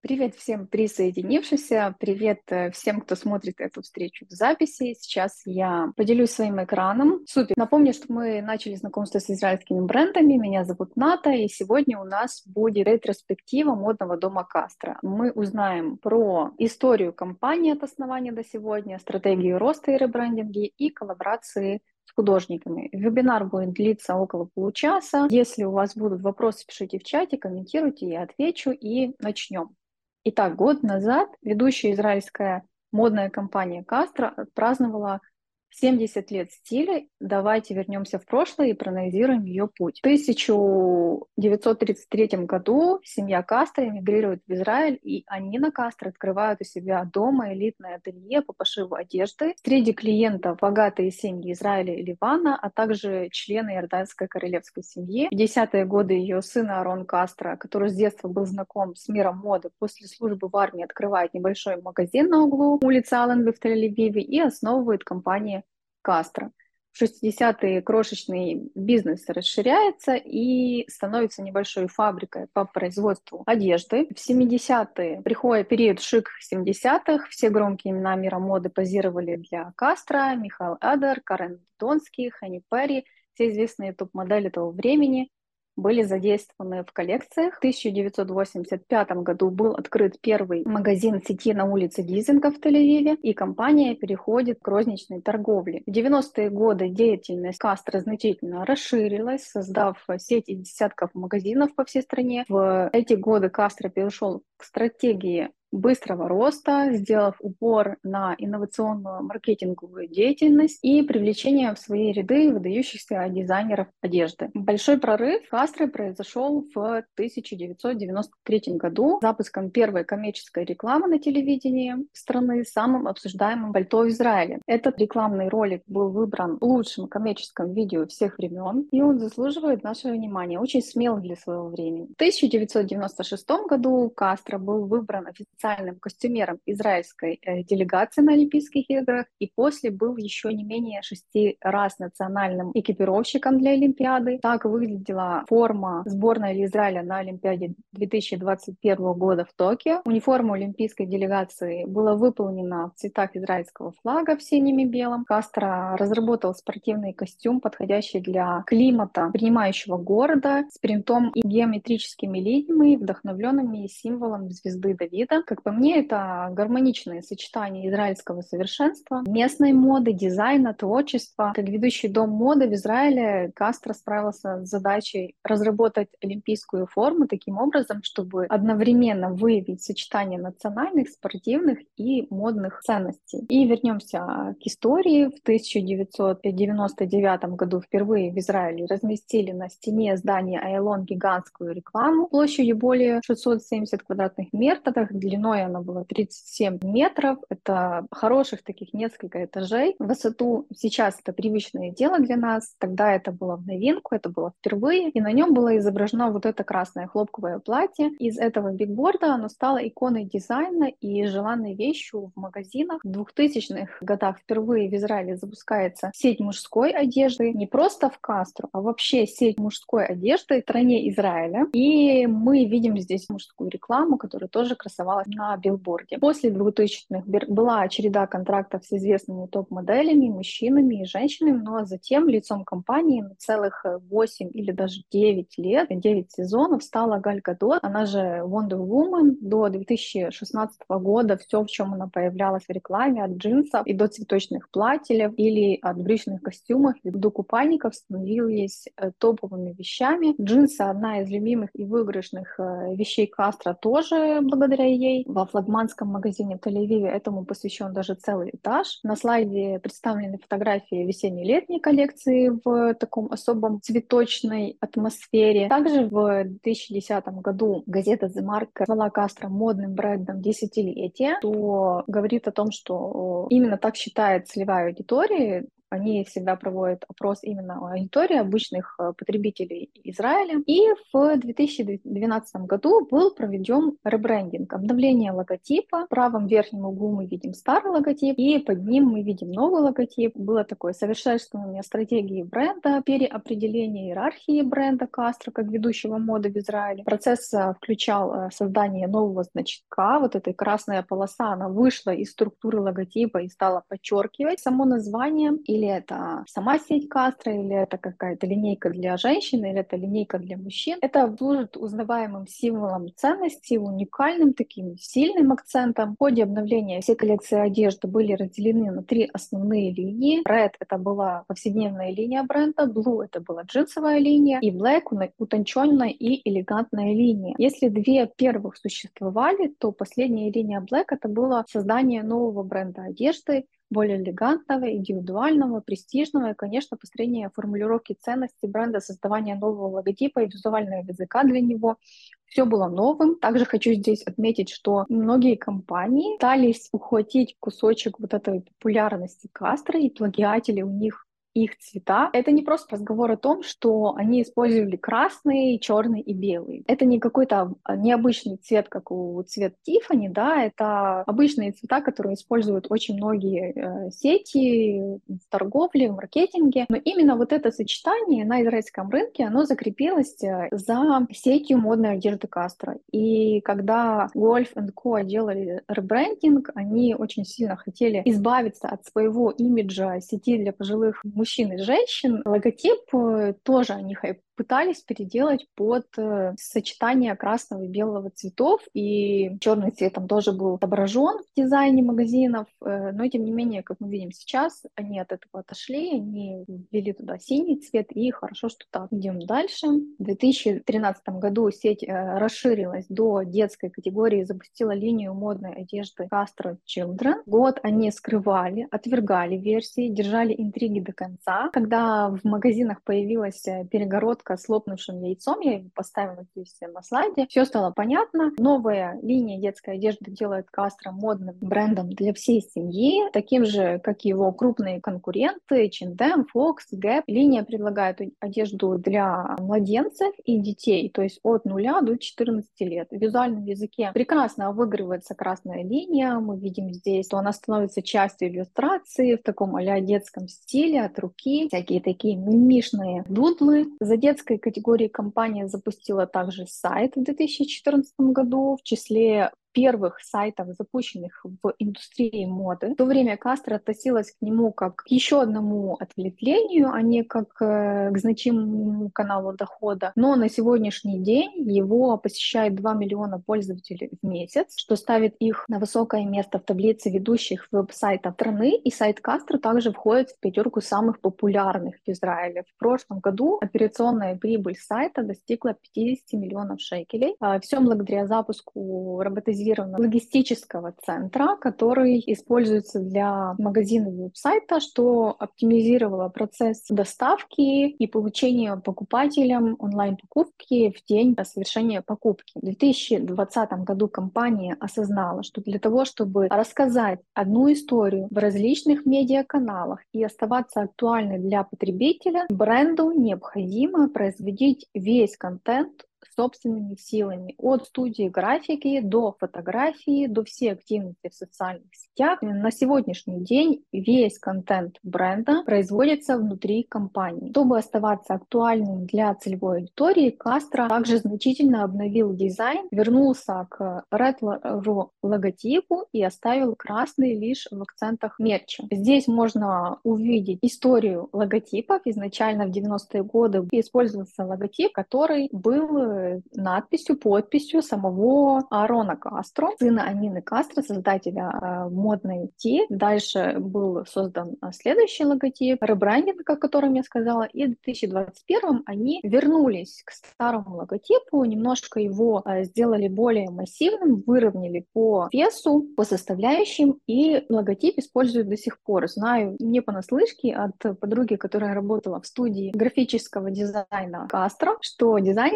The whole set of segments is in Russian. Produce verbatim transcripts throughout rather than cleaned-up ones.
Привет всем присоединившимся, привет э, всем, кто смотрит эту встречу в записи. Сейчас я поделюсь своим экраном. Супер. Напомню, что мы начали знакомство с израильскими брендами. Меня зовут Ната, и сегодня у нас будет ретроспектива модного дома Кастро. Мы узнаем про историю компании от основания до сегодня, стратегию роста и ребрендинги и коллаборации с художниками. Вебинар будет длиться около получаса. Если у вас будут вопросы, пишите в чате, комментируйте, я отвечу, и начнем. Итак, год назад ведущая израильская модная компания Кастро отпраздновала семьдесят лет стиля. Давайте вернемся в прошлое и проанализируем ее путь. В тысяча девятьсот тридцать третьем году семья Кастро эмигрирует в Израиль, и Анина Кастро открывают у себя дома элитное ателье по пошиву одежды. Среди клиентов богатые семьи Израиля и Ливана, а также члены иорданской королевской семьи. В пятидесятые годы ее сын Арон Кастро, который с детства был знаком с миром моды, после службы в армии открывает небольшой магазин на углу улицы Алленби в Тель-Авиве и основывает компанию Кастро. В шестидесятые крошечный бизнес расширяется и становится небольшой фабрикой по производству одежды. В семидесятые приходит период шик семидесятых. Все громкие имена мира моды позировали для Кастро. Михаил Эдер, Карен Донский, Хэнни Перри. Все известные топ-модели того времени были задействованы в коллекциях. В тысяча девятьсот восемьдесят пятом году был открыт первый магазин сети на улице Дизинга в Тель-Авиве, и компания переходит к розничной торговле. В девяностые годы деятельность Кастро значительно расширилась, создав сеть из десятков магазинов по всей стране. В эти годы Кастро перешел к стратегии быстрого роста, сделав упор на инновационную маркетинговую деятельность и привлечение в свои ряды выдающихся дизайнеров одежды. Большой прорыв Кастро произошел в тысяча девятьсот девяносто третьем году с запуском первой коммерческой рекламы на телевидении страны с самым обсуждаемым пальто в Израиле. Этот рекламный ролик был выбран лучшим коммерческим видео всех времен, и он заслуживает нашего внимания, очень смелый для своего времени. В тысяча девятьсот девяносто шестом году Кастро был выбран официально костюмером израильской э, делегации на Олимпийских играх, и после был еще не менее шести раз национальным экипировщиком для Олимпиады. Так выглядела форма сборной Израиля на Олимпиаде две тысячи двадцать первого года в Токио. Униформа олимпийской делегации была выполнена в цветах израильского флага в синем и белом. Кастро разработал спортивный костюм, подходящий для климата принимающего города, с принтом и геометрическими линиями, вдохновленными символом звезды Давида. Как по мне, это гармоничное сочетание израильского совершенства, местной моды, дизайна, творчества. Как ведущий дом моды в Израиле, Кастро справился с задачей разработать олимпийскую форму таким образом, чтобы одновременно выявить сочетание национальных, спортивных и модных ценностей. И вернемся к истории. В тысяча девятьсот девяносто девятом году впервые в Израиле разместили на стене здания Айлон гигантскую рекламу площадью более шестьсот семьдесят квадратных метров. Длиной она была тридцать семь метров. Это хороших таких несколько этажей. Высоту сейчас это привычное дело для нас. Тогда это было в новинку, это было впервые. И на нем было изображено вот это красное хлопковое платье. Из этого бигборда оно стало иконой дизайна и желанной вещью в магазинах. В двухтысячных годах впервые в Израиле запускается сеть мужской одежды. Не просто в Кастро, а вообще сеть мужской одежды в стране Израиля. И мы видим здесь мужскую рекламу, которая тоже красовалась на билборде. После двухтысячных была череда контрактов с известными топ-моделями, мужчинами и женщинами, ну а затем лицом компании на целых восемь или даже девять лет, девять сезонов стала Галь Гадот, она же Wonder Woman. До две тысячи шестнадцатого года все, в чем она появлялась в рекламе, от джинсов и до цветочных платьев или от брючных костюмов и до купальников, становились топовыми вещами. Джинсы — одна из любимых и выигрышных вещей Кастро, тоже благодаря ей. Во флагманском магазине в Тель-Авиве этому посвящен даже целый этаж. На слайде представлены фотографии весенне-летней коллекции в таком особом цветочной атмосфере. Также в две тысячи десятом году газета The Marker назвала Кастро модным брендом десятилетия, что говорит о том, что именно так считает целевая аудитория. Они всегда проводят опрос именно о аудитории обычных э, потребителей Израиля. И в две тысячи двенадцатом году был проведен ребрендинг, обновление логотипа. В правом верхнем углу мы видим старый логотип, и под ним мы видим новый логотип. Было такое совершенствование стратегии бренда, переопределение иерархии бренда Castro как ведущего моды в Израиле. Процесс э, включал э, создание нового значка. Вот эта красная полоса, она вышла из структуры логотипа и стала подчеркивать само название. Или это сама сеть Castro, или это какая-то линейка для женщин, или это линейка для мужчин. Это служит узнаваемым символом ценности, уникальным таким сильным акцентом. В ходе обновления все коллекции одежды были разделены на три основные линии. Red — это была повседневная линия бренда, Blue — это была джинсовая линия, и Black — утонченная и элегантная линия. Если две первых существовали, то последняя линия Black — это было создание нового бренда одежды, более элегантного, индивидуального, престижного и, конечно, построение формулировки ценностей бренда, создавание нового логотипа и визуального языка для него. Все было новым. Также хочу здесь отметить, что многие компании пытались ухватить кусочек вот этой популярности Castro и плагиатили у них их цвета. Это не просто разговор о том, что они использовали красный, черный и белый. Это не какой-то необычный цвет, как у цвет Тиффани, да, это обычные цвета, которые используют очень многие э, сети в торговле, в маркетинге. Но именно вот это сочетание на израильском рынке, оно закрепилось за сетью модной одежды Castro. И когда Golf энд Co делали ребрендинг, они очень сильно хотели избавиться от своего имиджа сети для пожилых мужчин и женщин. Логотип тоже они пытались переделать под э, сочетание красного и белого цветов, и черный цвет там тоже был отображен в дизайне магазинов, э, но тем не менее, как мы видим сейчас, они от этого отошли, они ввели туда синий цвет, и хорошо, что так. Идем дальше. В две тысячи тринадцатом году сеть э, расширилась до детской категории и запустила линию модной одежды Castro Children. Год они скрывали, отвергали версии, держали интриги до конца. Когда в магазинах появилась перегородка с лопнувшим яйцом, я его поставила здесь на слайде, все стало понятно. Новая линия детской одежды делает Castro модным брендом для всей семьи, таким же, как его крупные конкуренты эйч энд эм, Fox, Gap. Линия предлагает одежду для младенцев и детей, то есть от нуля до четырнадцати лет. В визуальном языке прекрасно обыгрывается красная линия. Мы видим здесь, что она становится частью иллюстрации в таком а-ля детском стиле, от руки. Всякие такие мимишные дудлы. За детской категории компания запустила также сайт в две тысячи четырнадцатом году. В числе первых сайтов, запущенных в индустрии моды. В то время Castro относилась к нему как к еще одному ответвлению, а не как э, к значимому каналу дохода. Но на сегодняшний день его посещает два миллиона пользователей в месяц, что ставит их на высокое место в таблице ведущих веб-сайтов страны. И сайт Castro также входит в пятерку самых популярных в Израиле. В прошлом году операционная прибыль сайта достигла пятьдесят миллионов шекелей. Все благодаря запуску роботизированного логистического центра, который используется для магазина веб-сайта, что оптимизировало процесс доставки и получения покупателям онлайн-покупки в день совершения покупки. В две тысячи двадцатом году компания осознала, что для того, чтобы рассказать одну историю в различных медиаканалах и оставаться актуальной для потребителя, бренду необходимо производить весь контент собственными силами, от студии графики до фотографии, до всей активности в социальных сетях. На сегодняшний день весь контент бренда производится внутри компании. Чтобы оставаться актуальным для целевой аудитории, Castro также значительно обновил дизайн, вернулся к ретро-логотипу и оставил красный лишь в акцентах мерча. Здесь можно увидеть историю логотипов. Изначально в девяностые годы использовался логотип, который был надписью, подписью самого Аарона Кастро, сына Амины Кастро, создателя э, модной Ти. Дальше был создан следующий логотип, ребрендинг, о котором я сказала, и в две тысячи двадцать первом они вернулись к старому логотипу, немножко его э, сделали более массивным, выровняли по весу, по составляющим, и логотип используют до сих пор. Знаю не понаслышке от подруги, которая работала в студии графического дизайна Кастро, что дизайнеры очень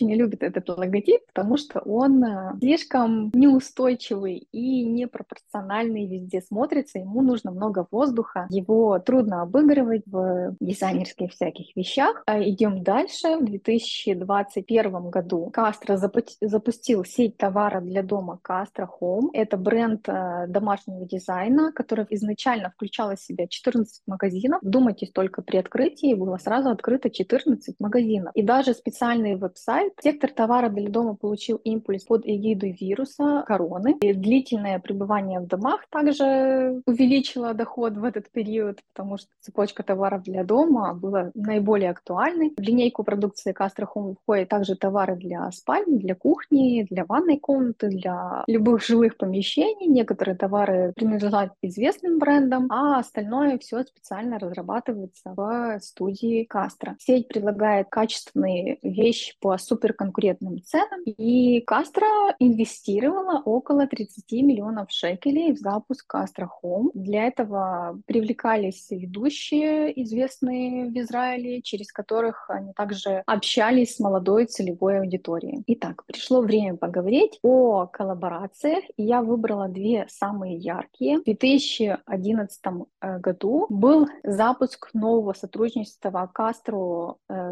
не любит этот логотип, потому что он э, слишком неустойчивый и непропорциональный везде смотрится. Ему нужно много воздуха, его трудно обыгрывать в дизайнерских всяких вещах. А идем дальше. В две тысячи двадцать первом году Castro запу- запустил сеть товара для дома Castro Home. Это бренд э, домашнего дизайна, который изначально включала в себя четырнадцать магазинов. Вдумайтесь, только при открытии было сразу открыто четырнадцать магазинов. И даже специальный веб-сайт. Сектор товара для дома получил импульс под эгидой вируса короны. И длительное пребывание в домах также увеличило доход в этот период, потому что цепочка товаров для дома была наиболее актуальной. В линейку продукции Castro Home входят также товары для спальни, для кухни, для ванной комнаты, для любых жилых помещений. Некоторые товары принадлежат известным брендам, а остальное все специально разрабатывается в студии Castro. Сеть предлагает качественные вещи по суперконкурентным ценам, и Castro инвестировала около тридцать миллионов шекелей в запуск Castro Home. Для этого привлекались ведущие, известные в Израиле, через которых они также общались с молодой целевой аудиторией. Итак, пришло время поговорить о коллаборациях, и я выбрала две самые яркие. В две тысячи одиннадцатом году был запуск нового сотрудничества Castro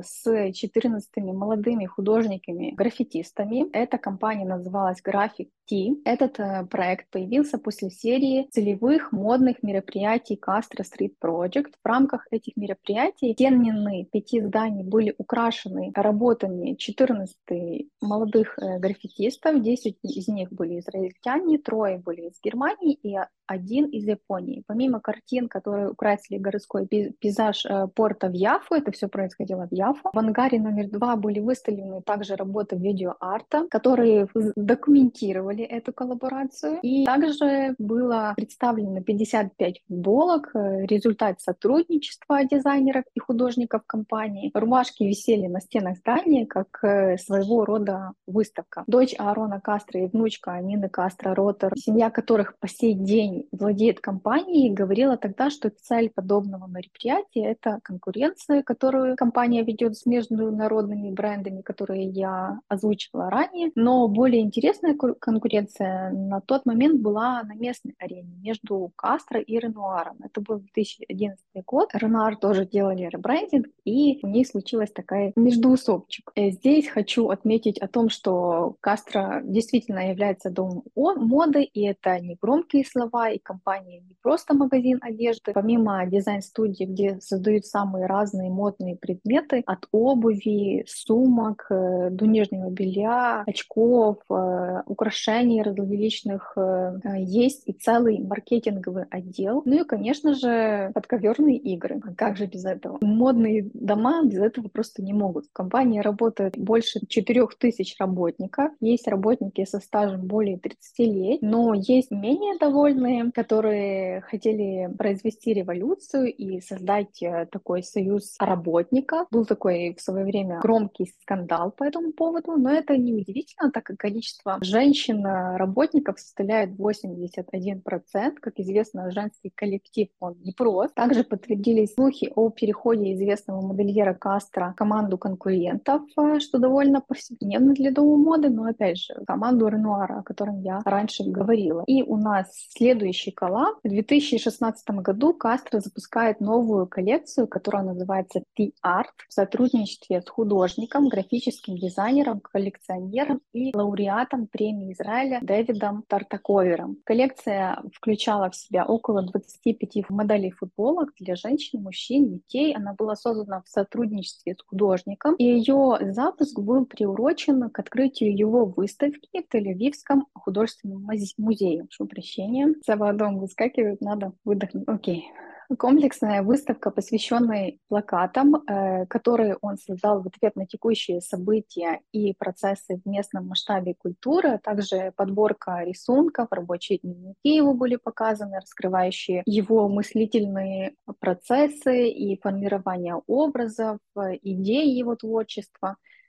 с четырнадцатыми молодыми художниками-граффитистами. Эта компания называлась Graphic Tee. Этот э, проект появился после серии целевых модных мероприятий Castro Street Project. В рамках этих мероприятий стены пяти зданий были украшены работами четырнадцати молодых э, граффитистов. десять из них были израильтяне, трое были из Германии и один из Японии. Помимо картин, которые украсили городской пейзаж э, порта в Яфу, это все происходило в Яфу, в ангаре номер два были выставлены также работы видеоарта, которые документировали эту коллаборацию. И также было представлено пятьдесят пять футболок, э, результат сотрудничества дизайнеров и художников компании. Рубашки висели на стенах здания как э, своего рода выставка. Дочь Аарона Кастро и внучка Нины Кастро-Ротер, семья которых по сей день владеет компанией, говорила тогда, что цель подобного мероприятия — это конкуренция, которую компания ведет с международными брендами, которые я озвучивала ранее. Но более интересная конкуренция на тот момент была на местной арене между Кастро и Ренуаром. Это был две тысячи одиннадцатый год. Ренуар тоже делали ребрендинг, и у них случилась такая междоусобчик. Здесь хочу отметить о том, что Кастро действительно является домом моды, и это не громкие слова, и компания не просто магазин одежды. Помимо дизайн-студии, где создают самые разные модные предметы, от обуви, сумок, э, до нижнего белья, очков, э, украшений различных, э, есть и целый маркетинговый отдел. Ну и, конечно же, подковерные игры. А как же без этого? Модные дома без этого просто не могут. В компании работает больше четырех тысяч работников. Есть работники со стажем более тридцати лет, но есть менее довольные, которые хотели произвести революцию и создать такой союз работников. Был такой в свое время громкий скандал по этому поводу, но это не удивительно, так как количество женщин-работников составляет восемьдесят один процент. Как известно, женский коллектив, он непрост. Также подтвердились слухи о переходе известного модельера Кастро в команду конкурентов, что довольно повседневно для дома моды, но опять же, команду Ренуара, о котором я раньше говорила. И у нас следующий коллаб. В две тысячи шестнадцатом году Кастро запускает новую коллекцию, которая называется T-Art, в сотрудничестве с художником, графическим дизайнером, коллекционером и лауреатом премии Израиля Дэвидом Тартаковером. Коллекция включала в себя около двадцати пяти моделей футболок для женщин, мужчин, детей. Она была создана в сотрудничестве с художником, и ее запуск был приурочен к открытию его выставки в Тель-Авивском художественном музее. Прошу прощения, за водом выскакивает, надо выдохнуть. Окей. Комплексная выставка, посвященная плакатам, э, которые он создал в ответ на текущие события и процессы в местном масштабе культуры, а также подборка рисунков, рабочие дневники его были показаны, раскрывающие его мыслительные процессы и формирование образов, идей его творчества.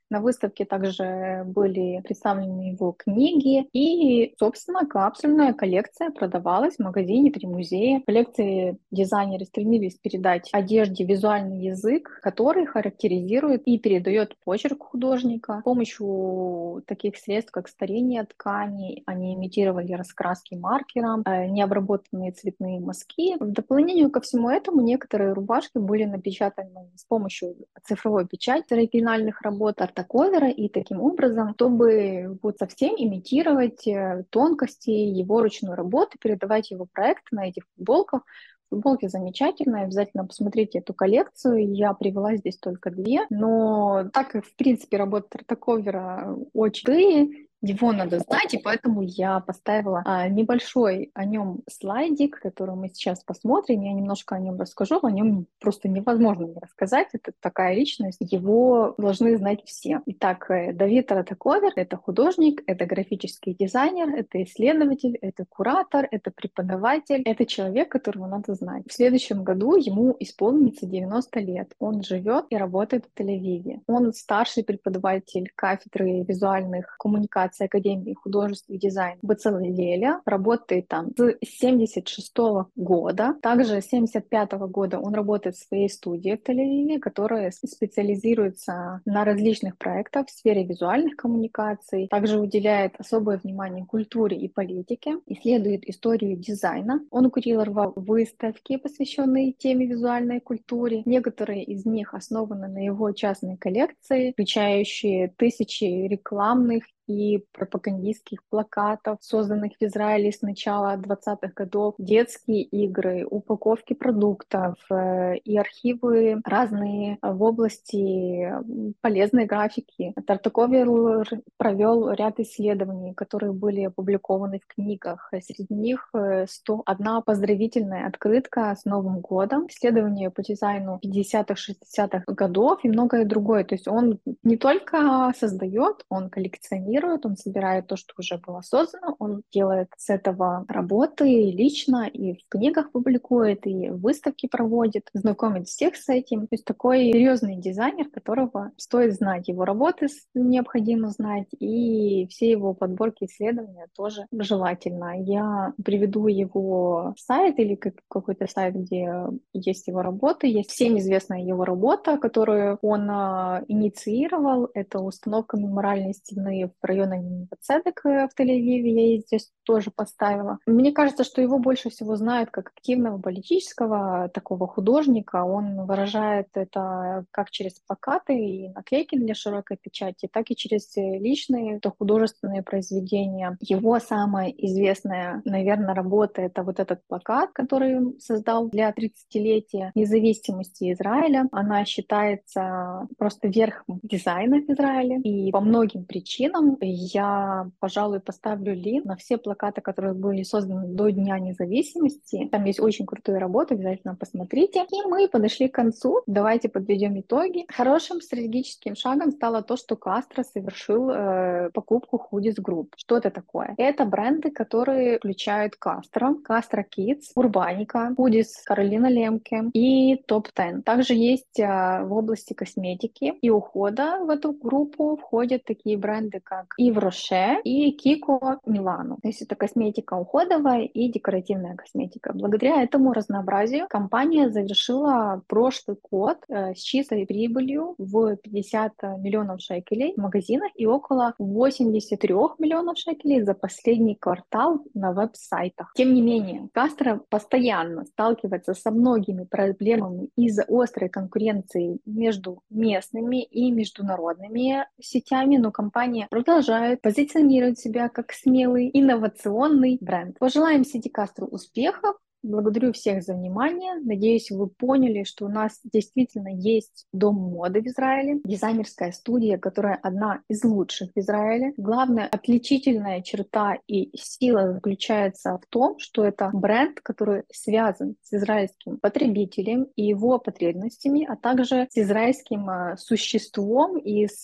На выставке также были представлены его книги. И, собственно, капсульная коллекция продавалась в магазине при музее. В коллекции дизайнеры стремились передать одежде визуальный язык, который характеризует и передает почерк художника. С помощью таких средств, как старение тканей, они имитировали раскраски маркером, э, необработанные цветные мазки. В дополнение ко всему этому некоторые рубашки были напечатаны с помощью цифровой печати оригинальных работ арт-ковера, и таким образом, чтобы вот совсем имитировать э, тонкости его ручной работы, передавать его проект на этих футболках. Футболки замечательные, обязательно посмотрите эту коллекцию. Я привела здесь только две, но так как, в принципе, работа арт-ковера очень крутые, его надо знать, и поэтому я поставила а, небольшой о нем слайдик, который мы сейчас посмотрим. Я немножко о нем расскажу, о нем просто невозможно не рассказать. Это такая личность, его должны знать все. Итак, э, Давид Ратаковер — это художник, это графический дизайнер, это исследователь, это куратор, это преподаватель, это человек, которого надо знать. В следующем году ему исполнится девяносто лет. Он живет и работает в Тель-Авиве. Он старший преподаватель кафедры визуальных коммуникаций Академии художеств и дизайна Бацалелеля, работает там с семьдесят шестого года. Также с семьдесят пятого года он работает в своей студии в Тель-Авиве, которая специализируется на различных проектах в сфере визуальных коммуникаций. Также уделяет особое внимание культуре и политике, исследует историю дизайна. Он курировал выставки, посвященные теме визуальной культуре. Некоторые из них основаны на его частной коллекции, включающие тысячи рекламных и пропагандистских плакатов, созданных в Израиле с начала двадцатых годов, детские игры, упаковки продуктов э, и архивы разные в области полезной графики. Тартаковер провел ряд исследований, которые были опубликованы в книгах. Среди них сто одна поздравительная открытка с Новым годом, исследования по дизайну пятидесятых-шестидесятых годов и многое другое. То есть он не только создает, он коллекционирует, он собирает то, что уже было создано, он делает с этого работы лично, и в книгах публикует, и выставки проводит, знакомит всех с этим. То есть такой серьезный дизайнер, которого стоит знать. Его работы необходимо знать, и все его подборки исследования тоже желательно. Я приведу его сайт или какой-то сайт, где есть его работы. Есть всем известная его работа, которую он а, инициировал. Это установка мемориальной стены в районе Цедек в Тель-Авиве. Я ей здесь тоже поставила. Мне кажется, что его больше всего знают как активного политического такого художника. Он выражает это как через плакаты и наклейки для широкой печати, так и через личные то художественные произведения. Его самая известная, наверное, работа — это вот этот плакат, который он создал для тридцатилетия независимости Израиля. Она считается просто верхом дизайна в Израиле. И по многим причинам я, пожалуй, поставлю линк на все плакаты, которые были созданы до Дня независимости. Там есть очень крутые работы, обязательно посмотрите. И мы подошли к концу. Давайте подведем итоги. Хорошим стратегическим шагом стало то, что Кастро совершил э, покупку Hoodies Group. Что это такое? Это бренды, которые включают Кастро, Кастро Kids, Урбаника, Hoodies, Каролина Лемке и топ десять. Также есть э, в области косметики и ухода в эту группу входят такие бренды, как Ив Роше и Кико Милано. То есть это косметика уходовая и декоративная косметика. Благодаря этому разнообразию компания завершила прошлый год э, с чистой прибылью в пятьдесят миллионов шекелей в магазинах и около восемьдесят три миллионов шекелей за последний квартал на веб-сайтах. Тем не менее, Кастро постоянно сталкивается со многими проблемами из-за острой конкуренции между местными и международными сетями, но компания продолжает позиционировать себя как смелый инновационный бренд. Пожелаем сети Кастро успехов. Благодарю всех за внимание. Надеюсь, вы поняли, что у нас действительно есть дом моды в Израиле, дизайнерская студия, которая одна из лучших в Израиле. Главная отличительная черта и сила заключается в том, что это бренд, который связан с израильским потребителем и его потребностями, а также с израильским существом и с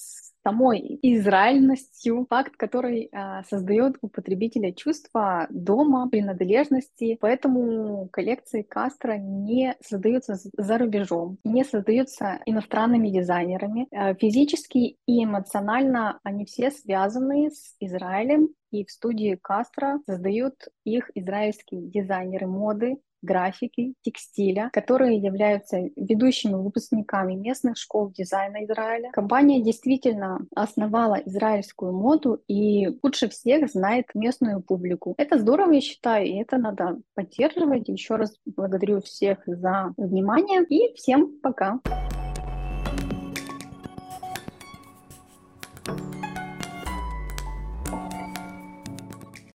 самой израильностью, факт, который а, создает у потребителя чувство дома, принадлежности. Поэтому коллекции Кастро не создаются з- за рубежом, не создаются иностранными дизайнерами. А, Физически и эмоционально они все связаны с Израилем, и в студии Кастро создают их израильские дизайнеры моды, графики, текстиля, которые являются ведущими выпускниками местных школ дизайна Израиля. Компания действительно основала израильскую моду и лучше всех знает местную публику. Это здорово, я считаю, и это надо поддерживать. Еще раз благодарю всех за внимание и всем пока!